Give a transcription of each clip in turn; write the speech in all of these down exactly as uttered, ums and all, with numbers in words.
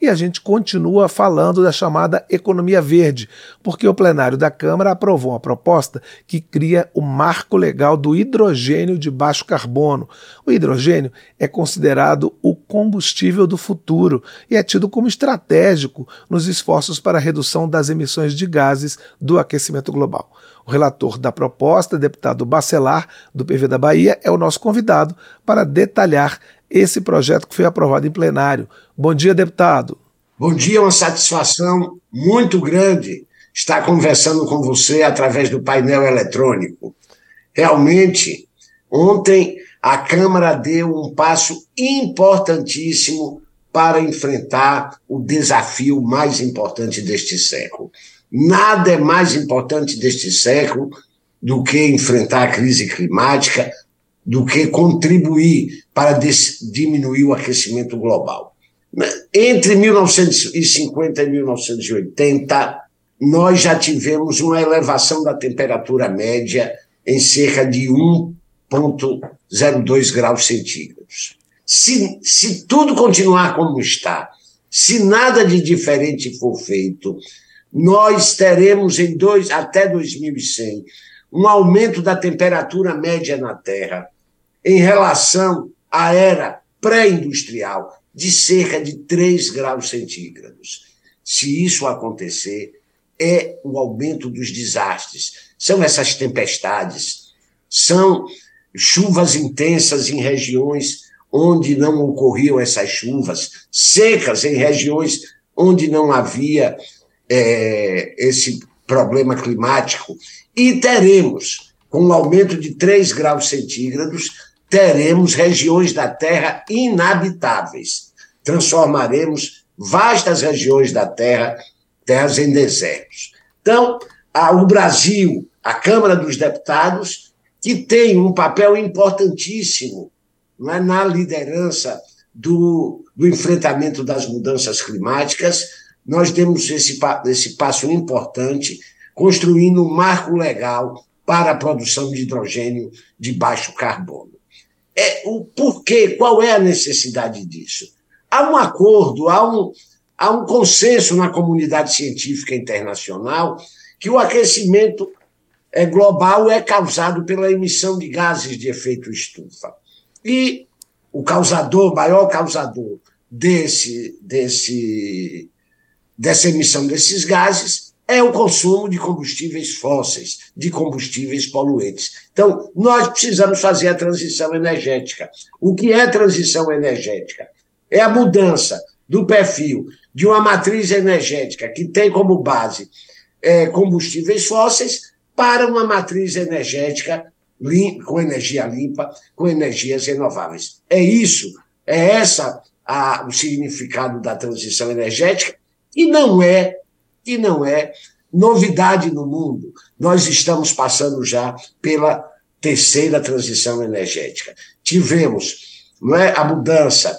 E a gente continua falando da chamada economia verde, porque o plenário da Câmara aprovou uma proposta que cria o marco legal do hidrogênio de baixo carbono. O hidrogênio é considerado o combustível do futuro e é tido como estratégico nos esforços para a redução das emissões de gases do aquecimento global. O relator da proposta, deputado Bacelar, do P V da Bahia, é o nosso convidado para detalhar esse projeto que foi aprovado em plenário. Bom dia, deputado. Bom dia, uma satisfação muito grande estar conversando com você através do painel eletrônico. Realmente, ontem a Câmara deu um passo importantíssimo para enfrentar o desafio mais importante deste século. Nada é mais importante deste século do que enfrentar a crise climática, do que contribuir para diminuir o aquecimento global. Entre mil novecentos e cinquenta e mil novecentos e oitenta, nós já tivemos uma elevação da temperatura média em cerca de um vírgula zero dois graus centígrados. Se, se tudo continuar como está, se nada de diferente for feito, nós teremos em dois, até dois mil e cem um aumento da temperatura média na Terra em relação à era pré-industrial de cerca de três graus centígrados. Se isso acontecer, é o aumento dos desastres. São essas tempestades, são chuvas intensas em regiões onde não ocorriam essas chuvas, secas em regiões onde não havia é, esse problema climático. E teremos, com o aumento de três graus centígrados, teremos regiões da Terra inabitáveis. Transformaremos vastas regiões da Terra, terras em desertos. Então, a, o Brasil, a Câmara dos Deputados, que tem um papel importantíssimo, não é, na liderança do, do enfrentamento das mudanças climáticas, nós demos esse, esse passo importante, construindo um marco legal para a produção de hidrogênio de baixo carbono. É, o porquê, qual é a necessidade disso? Há um acordo, há um, há um consenso na comunidade científica internacional que o aquecimento é, global é causado pela emissão de gases de efeito estufa. E o causador, o maior causador desse, desse, dessa emissão desses gases é o consumo de combustíveis fósseis, de combustíveis poluentes. Então, nós precisamos fazer a transição energética. O que é transição energética? É a mudança do perfil de uma matriz energética que tem como base é, combustíveis fósseis para uma matriz energética limpa, com energia limpa, com energias renováveis. É isso, é essa a, o significado da transição energética, e não é que não é novidade no mundo. Nós estamos passando já pela terceira transição energética. Tivemos, não é, a mudança,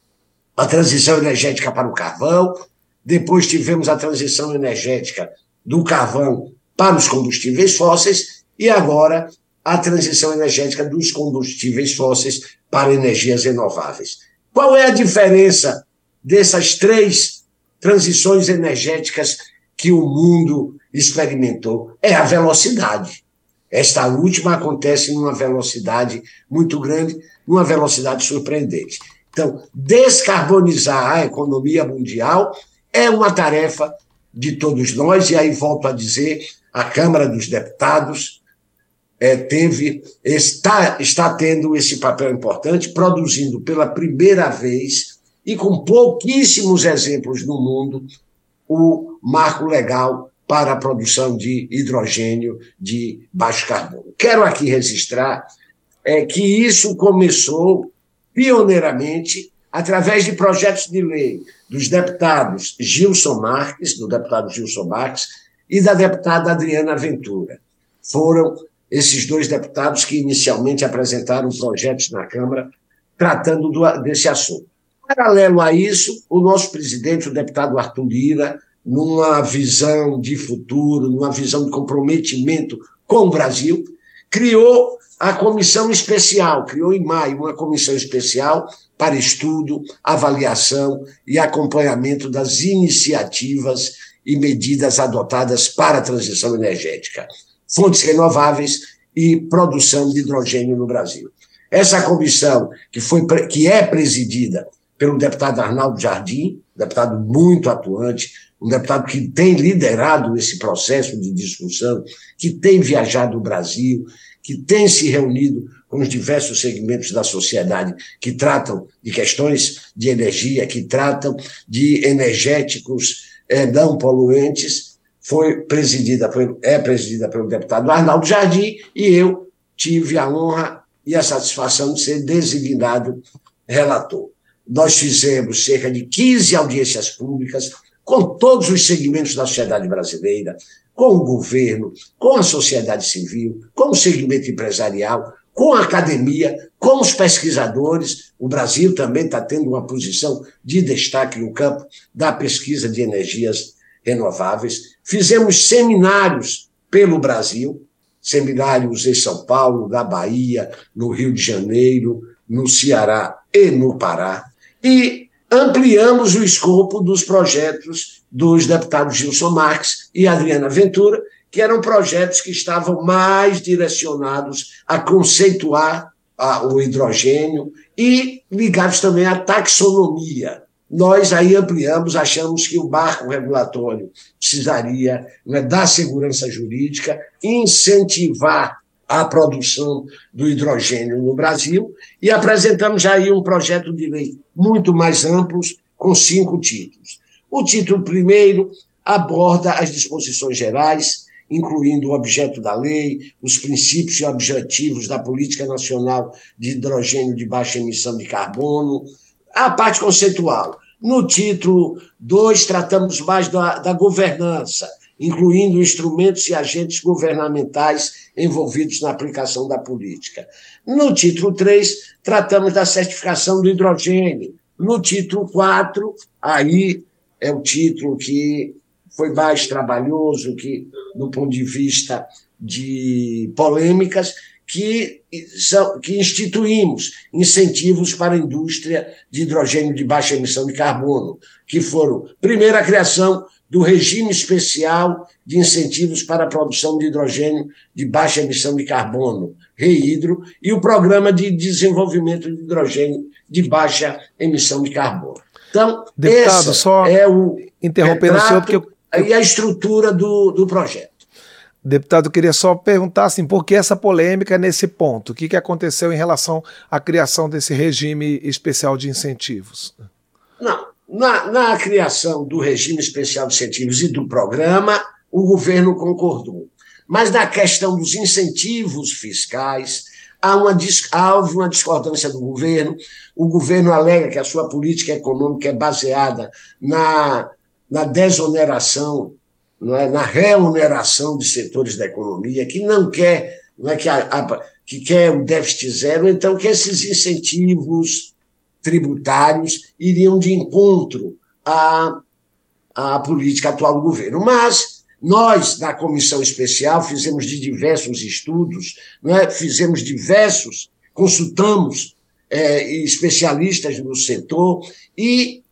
a transição energética para o carvão, depois tivemos a transição energética do carvão para os combustíveis fósseis e agora a transição energética dos combustíveis fósseis para energias renováveis. Qual é a diferença dessas três transições energéticas que o mundo experimentou? É a velocidade. Esta última acontece numa velocidade muito grande, numa velocidade surpreendente. Então, descarbonizar a economia mundial é uma tarefa de todos nós, e aí volto a dizer, a Câmara dos Deputados é, teve, está, está tendo esse papel importante, produzindo pela primeira vez, e com pouquíssimos exemplos no mundo, o marco legal para a produção de hidrogênio de baixo carbono. Quero aqui registrar é, que isso começou pioneiramente através de projetos de lei dos deputados Gilson Marques, do deputado Gilson Marques, e da deputada Adriana Ventura. Foram esses dois deputados que inicialmente apresentaram projetos na Câmara tratando do, desse assunto. Paralelo a isso, o nosso presidente, o deputado Arthur Lira, numa visão de futuro, numa visão de comprometimento com o Brasil, criou a comissão especial, criou em maio uma comissão especial para estudo, avaliação e acompanhamento das iniciativas e medidas adotadas para a transição energética, fontes renováveis e produção de hidrogênio no Brasil. Essa comissão, que, foi, que é presidida pelo deputado Arnaldo Jardim, deputado muito atuante, um deputado que tem liderado esse processo de discussão, que tem viajado o Brasil, que tem se reunido com os diversos segmentos da sociedade que tratam de questões de energia, que tratam de energéticos eh, não poluentes, foi presidida, foi, é presidida pelo deputado Arnaldo Jardim, e eu tive a honra e a satisfação de ser designado relator. Nós fizemos cerca de quinze audiências públicas com todos os segmentos da sociedade brasileira, com o governo, com a sociedade civil, com o segmento empresarial, com a academia, com os pesquisadores. O Brasil também está tendo uma posição de destaque no campo da pesquisa de energias renováveis. Fizemos seminários pelo Brasil, seminários em São Paulo, na Bahia, no Rio de Janeiro, no Ceará e no Pará, e ampliamos o escopo dos projetos dos deputados Gilson Marques e Adriana Ventura, que eram projetos que estavam mais direcionados a conceituar a, o hidrogênio e ligados também à taxonomia. Nós aí ampliamos, achamos que o marco regulatório precisaria, né, dar segurança jurídica, incentivar a produção do hidrogênio no Brasil, e apresentamos aí um projeto de lei muito mais amplo, com cinco títulos. O título primeiro aborda as disposições gerais, incluindo o objeto da lei, os princípios e objetivos da Política Nacional de Hidrogênio de Baixa Emissão de Carbono, a parte conceitual. No título dois, tratamos mais da, da governança, incluindo instrumentos e agentes governamentais envolvidos na aplicação da política. No título três, tratamos da certificação do hidrogênio. No título quatro, aí é o título que foi mais trabalhoso, que, do ponto de vista de polêmicas, que, são, que instituímos incentivos para a indústria de hidrogênio de baixa emissão de carbono, que foram, primeiro, a criação do regime especial de incentivos para a produção de hidrogênio de baixa emissão de carbono, REHIDRO, e o Programa de Desenvolvimento de Hidrogênio de Baixa Emissão de Carbono. Então, deputado, esse só é o interrompendo o senhor, porque eu... e a estrutura do, do projeto. Deputado, eu queria só perguntar assim, por que essa polêmica nesse ponto? O que, que aconteceu em relação à criação desse regime especial de incentivos? Não. Na, na criação do regime especial de incentivos e do programa, o governo concordou. Mas na questão dos incentivos fiscais, há uma, houve uma discordância do governo. O governo alega que a sua política econômica é baseada na, na desoneração, não é, na reoneração de setores da economia, que não quer, não é, que, a, a, que quer o déficit zero, então que esses incentivos tributários iriam de encontro à, à política atual do governo. Mas nós, da comissão especial, fizemos de diversos estudos, não é? Fizemos diversos, consultamos é, especialistas no setor e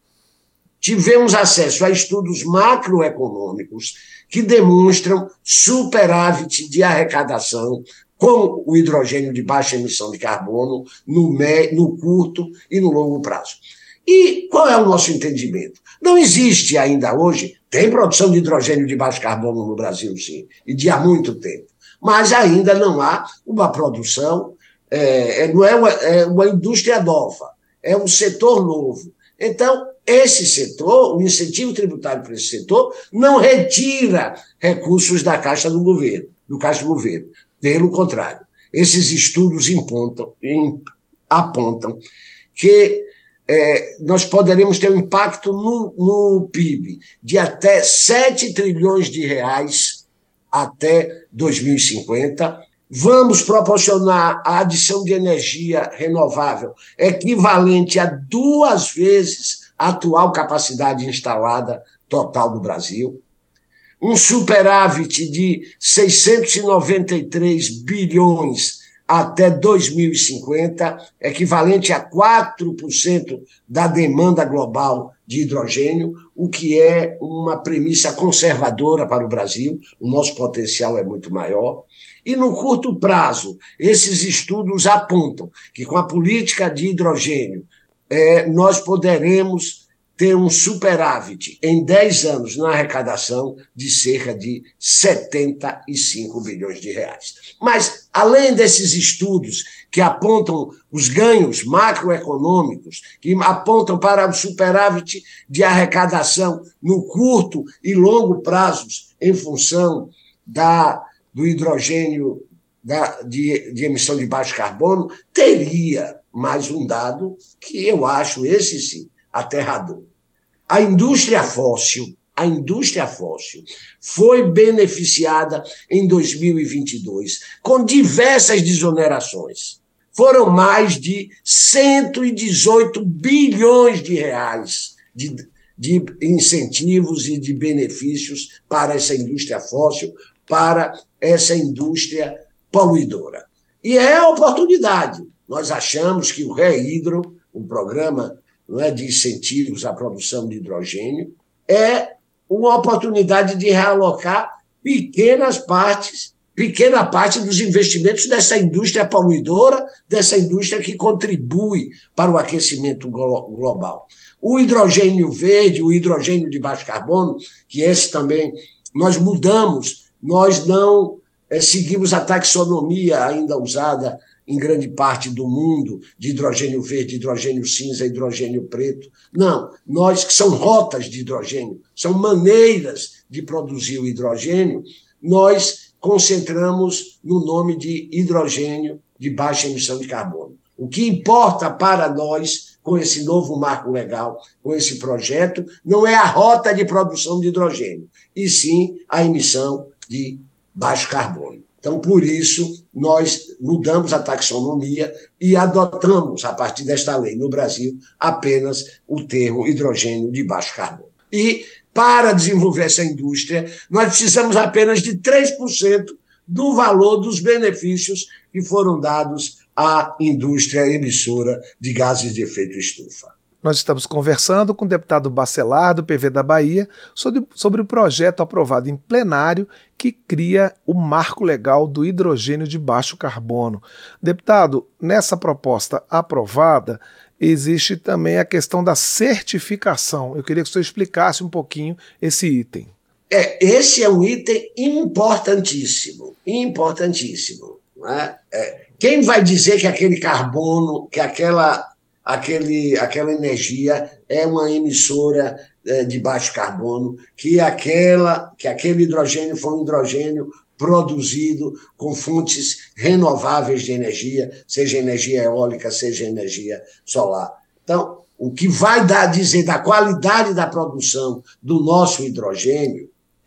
tivemos acesso a estudos macroeconômicos que demonstram superávit de arrecadação com o hidrogênio de baixa emissão de carbono no, me, no curto e no longo prazo. E qual é o nosso entendimento? Não existe ainda hoje, tem produção de hidrogênio de baixo carbono no Brasil, sim, e de há muito tempo, mas ainda não há uma produção, é, não é uma, é uma indústria nova, é um setor novo. Então, esse setor, o incentivo tributário para esse setor, não retira recursos da caixa do governo, do caixa do governo. Pelo contrário, esses estudos impontam, apontam que é, nós poderemos ter um impacto no, no P I B de até sete trilhões de reais até dois mil e cinquenta. Vamos proporcionar a adição de energia renovável equivalente a duas vezes a atual capacidade instalada total do Brasil. um superávit de seiscentos e noventa e três bilhões até dois mil e cinquenta, equivalente a quatro por cento da demanda global de hidrogênio, o que é uma premissa conservadora para o Brasil. O nosso potencial é muito maior. E, no curto prazo, esses estudos apontam que, com a política de hidrogênio, é, nós poderemos ter um superávit em dez anos na arrecadação de cerca de setenta e cinco bilhões de reais. Mas, além desses estudos que apontam os ganhos macroeconômicos, que apontam para o superávit de arrecadação no curto e longo prazos em função da, do hidrogênio da, de, de emissão de baixo carbono, teria mais um dado que eu acho, esse sim, aterrador. A indústria fóssil, a indústria fóssil foi beneficiada em dois mil e vinte e dois com diversas desonerações. Foram mais de cento e dezoito bilhões de reais de, de incentivos e de benefícios para essa indústria fóssil, para essa indústria poluidora. E é a oportunidade. Nós achamos que o REHIDRO, um programa não é, de incentivos à produção de hidrogênio, é uma oportunidade de realocar pequenas partes, pequena parte dos investimentos dessa indústria poluidora, dessa indústria que contribui para o aquecimento global. O hidrogênio verde, o hidrogênio de baixo carbono, que esse também nós mudamos, nós não é, seguimos a taxonomia ainda usada em grande parte do mundo, de hidrogênio verde, hidrogênio cinza, hidrogênio preto. Não, nós que são rotas de hidrogênio, são maneiras de produzir o hidrogênio, nós concentramos no nome de hidrogênio de baixa emissão de carbono. O que importa para nós, com esse novo marco legal, com esse projeto, não é a rota de produção de hidrogênio, e sim a emissão de baixo carbono. Então, por isso, nós mudamos a taxonomia e adotamos, a partir desta lei no Brasil, apenas o termo hidrogênio de baixo carbono. E, para desenvolver essa indústria, nós precisamos apenas de três por cento do valor dos benefícios que foram dados à indústria emissora de gases de efeito estufa. Nós estamos conversando com o deputado Bacelar, do P V da Bahia, sobre, sobre o projeto aprovado em plenário que cria o marco legal do hidrogênio de baixo carbono. Deputado, nessa proposta aprovada, existe também a questão da certificação. Eu queria que o senhor explicasse um pouquinho esse item. É, esse é um item importantíssimo, importantíssimo. Não é? É, quem vai dizer que aquele carbono, que aquela... Aquele, aquela energia é uma emissora é, de baixo carbono, que, aquela, que aquele hidrogênio foi um hidrogênio produzido com fontes renováveis de energia, seja energia eólica, seja energia solar. Então, o que vai dar, dizer da qualidade da produção do nosso hidrogênio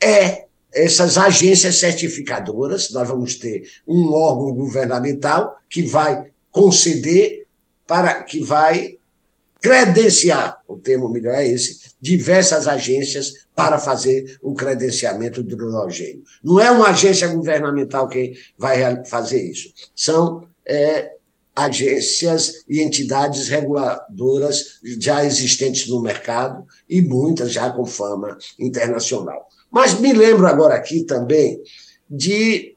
é essas agências certificadoras. Nós vamos ter um órgão governamental que vai conceder, para que vai credenciar, o termo melhor é esse, diversas agências para fazer o credenciamento do hidrogênio. Não é uma agência governamental que vai fazer isso. São é, agências e entidades reguladoras já existentes no mercado e muitas já com fama internacional. Mas me lembro agora aqui também de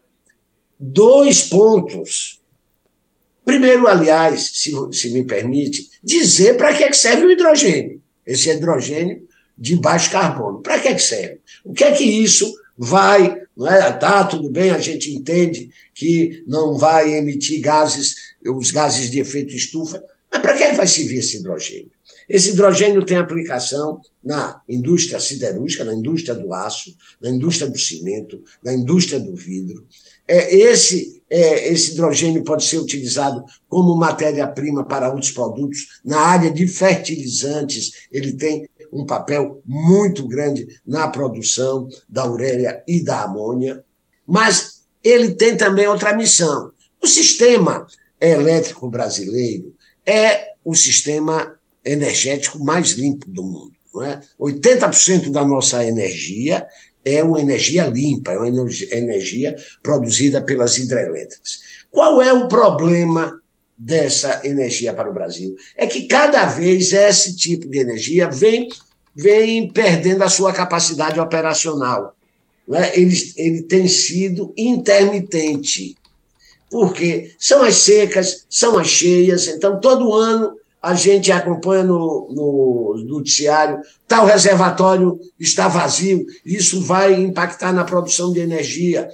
dois pontos. Primeiro, aliás, se, se me permite, dizer para que é que serve o hidrogênio, esse hidrogênio de baixo carbono. Para que é que serve? O que é que isso vai... Não é? Tá, tudo bem, a gente entende que não vai emitir gases, os gases de efeito estufa, mas para que é que vai servir esse hidrogênio? Esse hidrogênio tem aplicação na indústria siderúrgica, na indústria do aço, na indústria do cimento, na indústria do vidro. É, esse, é, esse hidrogênio pode ser utilizado como matéria-prima para outros produtos. Na área de fertilizantes, ele tem um papel muito grande na produção da ureia e da amônia. Mas ele tem também outra missão. O sistema elétrico brasileiro é o sistema energético mais limpo do mundo. Não é? oitenta por cento da nossa energia é uma energia limpa, é uma energia produzida pelas hidrelétricas. Qual é o problema dessa energia para o Brasil? É que cada vez esse tipo de energia vem, vem perdendo a sua capacidade operacional. Né? Ele, ele tem sido intermitente, porque são as secas, são as cheias, então todo ano a gente acompanha no, no noticiário, tal reservatório está vazio, isso vai impactar na produção de energia.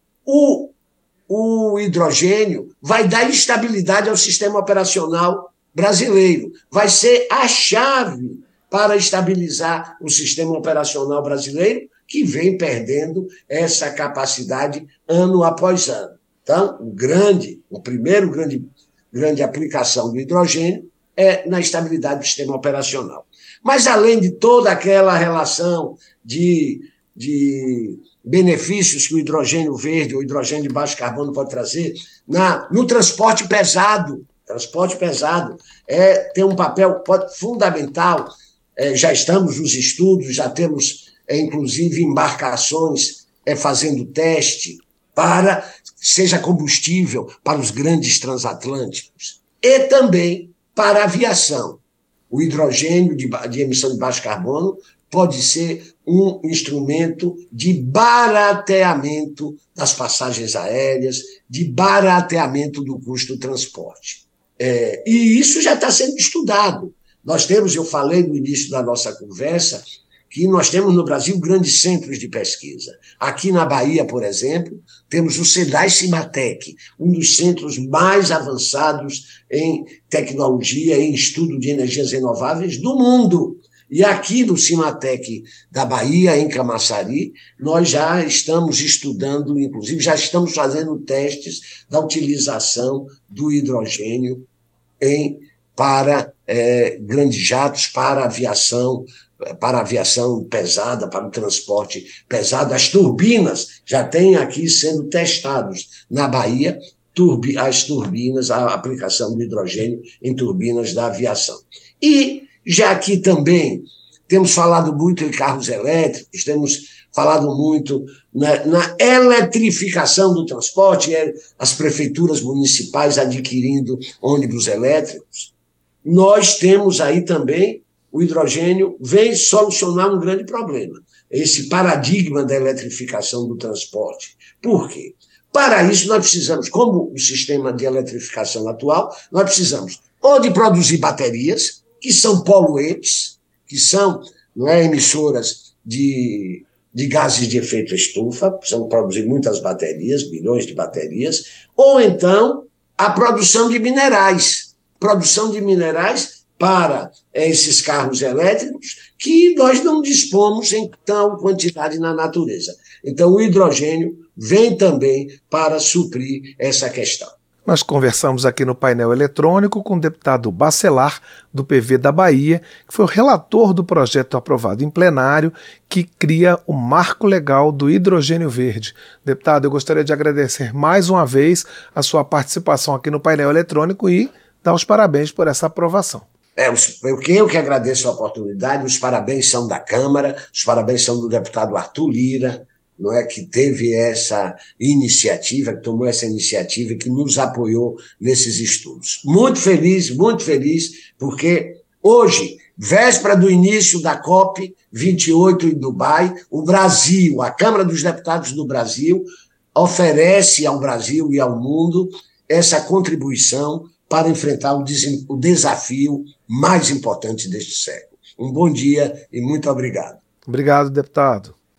O, o hidrogênio vai dar estabilidade ao sistema operacional brasileiro, vai ser a chave para estabilizar o sistema operacional brasileiro, que vem perdendo essa capacidade ano após ano. Então, o grande, o primeiro grande, grande aplicação do hidrogênio é na estabilidade do sistema operacional. Mas, além de toda aquela relação de, de benefícios que o hidrogênio verde ou hidrogênio de baixo carbono pode trazer, na, no transporte pesado, transporte pesado é, tem um papel pode, fundamental, é, já estamos nos estudos, já temos, é, inclusive, embarcações é, fazendo teste para seja combustível para os grandes transatlânticos e também para a aviação. O hidrogênio de, de emissão de baixo carbono pode ser um instrumento de barateamento das passagens aéreas, de barateamento do custo do transporte. É, e isso já está sendo estudado. Nós temos, eu falei no início da nossa conversa, que nós temos no Brasil grandes centros de pesquisa. Aqui na Bahia, por exemplo, temos o SEDAI-Cimatec, um dos centros mais avançados em tecnologia e em estudo de energias renováveis do mundo. E aqui no Cimatec da Bahia, em Camaçari, nós já estamos estudando, inclusive já estamos fazendo testes da utilização do hidrogênio em, para é, grandes jatos, para aviação, para a aviação pesada, para o transporte pesado. As turbinas já têm aqui sendo testados na Bahia, turbi, as turbinas, a aplicação do hidrogênio em turbinas da aviação. E já aqui também temos falado muito em carros elétricos, temos falado muito na, na eletrificação do transporte, as prefeituras municipais adquirindo ônibus elétricos. Nós temos aí também o hidrogênio vem solucionar um grande problema, esse paradigma da eletrificação do transporte. Por quê? Para isso, nós precisamos, como o sistema de eletrificação atual, nós precisamos ou de produzir baterias, que são poluentes, que são não é, emissoras de, de gases de efeito estufa, precisamos produzir muitas baterias, bilhões de baterias, ou então a produção de minerais, produção de minerais para esses carros elétricos que nós não dispomos em tal quantidade na natureza. Então, o hidrogênio vem também para suprir essa questão. Nós conversamos aqui no painel eletrônico com o deputado Bacelar, do P V da Bahia, que foi o relator do projeto aprovado em plenário que cria o marco legal do hidrogênio verde. Deputado, eu gostaria de agradecer mais uma vez a sua participação aqui no painel eletrônico e dar os parabéns por essa aprovação. É, eu, eu que agradeço a oportunidade, os parabéns são da Câmara, os parabéns são do deputado Arthur Lira, não é, que teve essa iniciativa, que tomou essa iniciativa e que nos apoiou nesses estudos. Muito feliz, muito feliz, porque hoje, véspera do início da COP vinte e oito em Dubai, o Brasil, a Câmara dos Deputados do Brasil, oferece ao Brasil e ao mundo essa contribuição para enfrentar o, des- o desafio mais importante deste século. Um bom dia e muito obrigado. Obrigado, deputado.